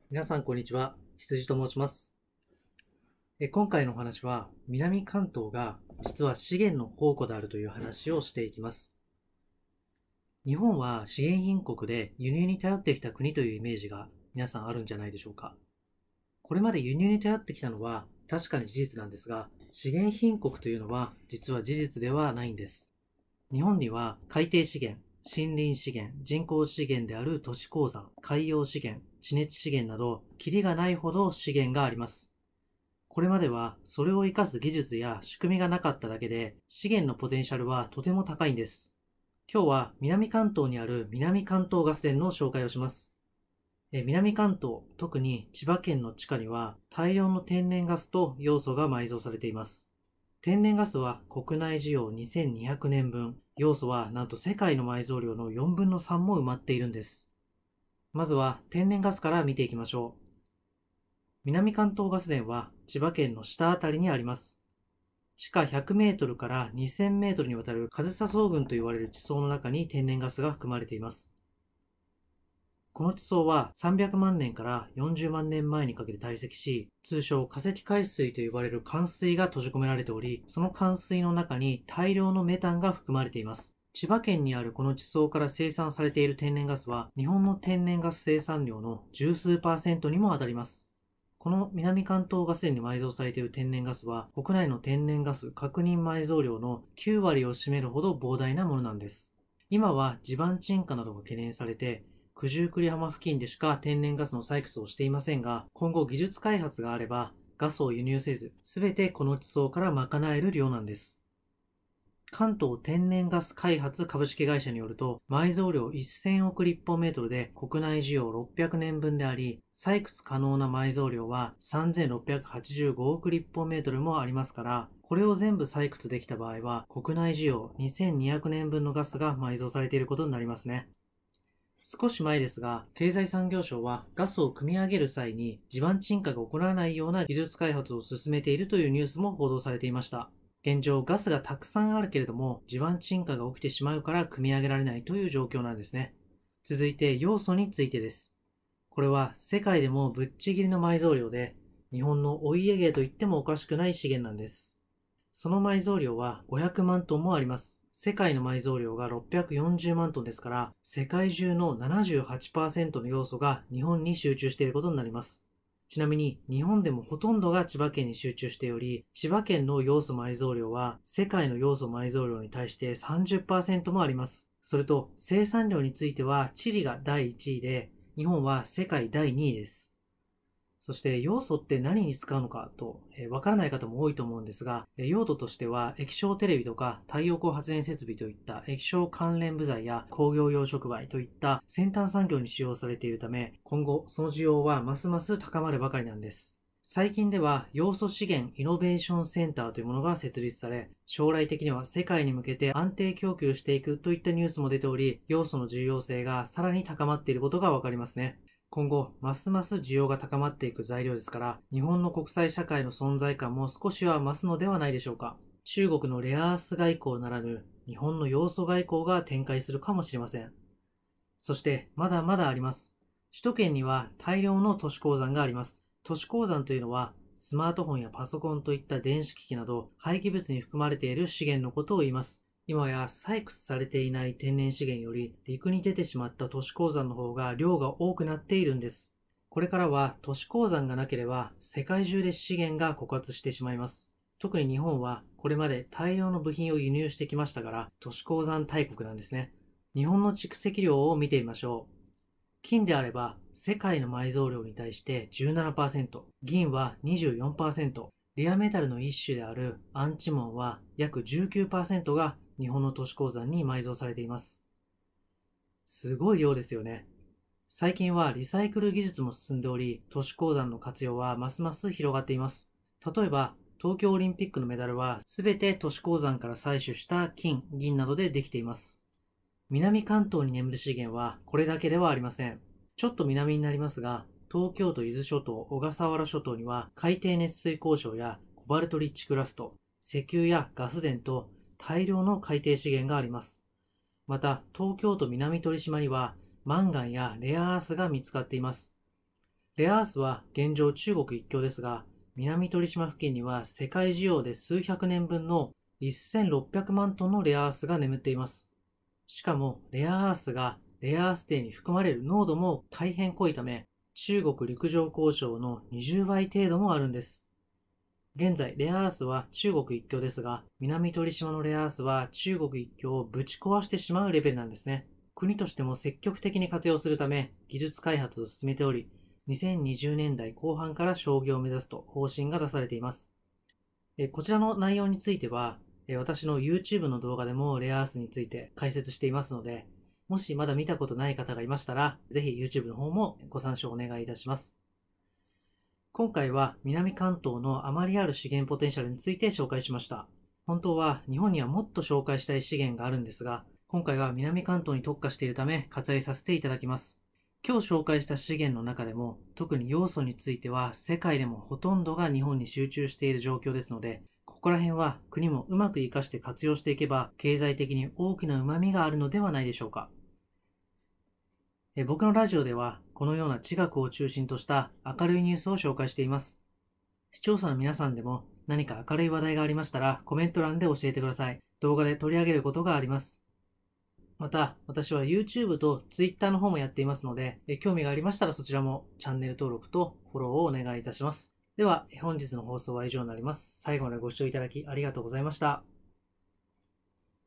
皆さん、こんにちは。羊と申します。今回のお話は、南関東が実は資源の宝庫であるという話をしていきます。日本は資源貧国で輸入に頼ってきた国というイメージが皆さんあるんじゃないでしょうか。これまで輸入に頼ってきたのは確かに事実なんですが、資源貧国というのは実は事実ではないんです。日本には海底資源、森林資源、人工資源である都市鉱山、海洋資源、地熱資源など、キリがないほど資源があります。これまではそれを活かす技術や仕組みがなかっただけで、資源のポテンシャルはとても高いんです。今日は南関東にある南関東ガス田の紹介をします。南関東、特に千葉県の地下には大量の天然ガスと要素が埋蔵されています。天然ガスは国内需要2200年分、要素はなんと世界の埋蔵量の4分の3も埋まっているんです。まずは天然ガスから見ていきましょう。南関東ガス田は千葉県の下あたりにあります。地下100メートルから2000メートルにわたる上総層群と言われる地層の中に天然ガスが含まれています。この地層は300万年から40万年前にかけて堆積し、通称化石海水と呼ばれる寒水が閉じ込められており、その寒水の中に大量のメタンが含まれています。千葉県にあるこの地層から生産されている天然ガスは、日本の天然ガス生産量の十数パーセントにも当たります。この南関東ガス田に埋蔵されている天然ガスは、国内の天然ガス確認埋蔵量の9割を占めるほど膨大なものなんです。今は地盤沈下などが懸念されて、九十九里浜付近でしか天然ガスの採掘をしていませんが、今後技術開発があれば、ガスを輸入せず、すべてこの地層から賄える量なんです。関東天然ガス開発株式会社によると、埋蔵量1000億立方メートルで国内需要600年分であり、採掘可能な埋蔵量は3685億立方メートルもありますから、これを全部採掘できた場合は、国内需要2200年分のガスが埋蔵されていることになりますね。少し前ですが、経済産業省はガスを汲み上げる際に地盤沈下が起こらないような技術開発を進めているというニュースも報道されていました。現状、ガスがたくさんあるけれども、地盤沈下が起きてしまうから汲み上げられないという状況なんですね。続いて、要素についてです。これは世界でもぶっちぎりの埋蔵量で、日本のお家芸と言ってもおかしくない資源なんです。その埋蔵量は500万トンもあります。世界の埋蔵量が640万トンですから、世界中の78%の要素が日本に集中していることになります。ちなみに日本でもほとんどが千葉県に集中しており、千葉県の要素埋蔵量は世界の要素埋蔵量に対して30%もあります。それと生産量についてはチリが第1位で、日本は世界第2位です。そして要素って何に使うのかと、わからない方も多いと思うんですが、用途としては液晶テレビとか太陽光発電設備といった液晶関連部材や工業用触媒といった先端産業に使用されているため、今後その需要はますます高まるばかりなんです。最近では要素資源イノベーションセンターというものが設立され、将来的には世界に向けて安定供給していくといったニュースも出ており、要素の重要性がさらに高まっていることがわかりますね。今後、ますます需要が高まっていく材料ですから、日本の国際社会の存在感も少しは増すのではないでしょうか。中国のレアアース外交ならぬ、日本の要素外交が展開するかもしれません。そして、まだまだあります。首都圏には大量の都市鉱山があります。都市鉱山というのは、スマートフォンやパソコンといった電子機器など廃棄物に含まれている資源のことを言います。今や採掘されていない天然資源より陸に出てしまった都市鉱山の方が量が多くなっているんです。これからは都市鉱山がなければ世界中で資源が枯渇してしまいます。特に日本はこれまで大量の部品を輸入してきましたから都市鉱山大国なんですね。日本の蓄積量を見てみましょう。金であれば世界の埋蔵量に対して17%、銀は24%、レアメタルの一種であるアンチモンは約19%が日本の都市鉱山に埋蔵されています。すごい量ですよね。最近はリサイクル技術も進んでおり、都市鉱山の活用はますます広がっています。例えば、東京オリンピックのメダルはすべて都市鉱山から採取した金、銀などでできています。南関東に眠る資源はこれだけではありません。ちょっと南になりますが、東京都伊豆諸島、小笠原諸島には海底熱水鉱床やコバルトリッチクラスト、石油やガス田と大量の海底資源があります。また、東京都南鳥島にはマンガンやレアアースが見つかっています。 レアアースは現状中国一強ですが、南鳥島付近には世界需要で数百年分の1600万トンのレアアースが眠っています。しかも、レアアースがレアアース底に含まれる濃度も大変濃いため、中国陸上工場の20倍程度もあるんです。現在、レアアースは中国一強ですが、南鳥島のレアアースは中国一強をぶち壊してしまうレベルなんですね。国としても積極的に活用するため、技術開発を進めており、2020年代後半から商業を目指すと方針が出されています。こちらの内容については、私の YouTube の動画でもレアアースについて解説していますので、もしまだ見たことない方がいましたら、ぜひ YouTube の方もご参照お願いいたします。今回は南関東のあまりある資源ポテンシャルについて紹介しました。本当は日本にはもっと紹介したい資源があるんですが、今回は南関東に特化しているため割愛させていただきます。今日紹介した資源の中でも、特に要素については世界でもほとんどが日本に集中している状況ですので、ここら辺は国もうまく活かして活用していけば、経済的に大きな旨味があるのではないでしょうか。僕のラジオでは、このような地学を中心とした明るいニュースを紹介しています。視聴者の皆さんでも何か明るい話題がありましたら、コメント欄で教えてください。動画で取り上げることがあります。また、私は YouTube と Twitter の方もやっていますので、興味がありましたらそちらもチャンネル登録とフォローをお願いいたします。では、本日の放送は以上になります。最後までご視聴いただきありがとうございました。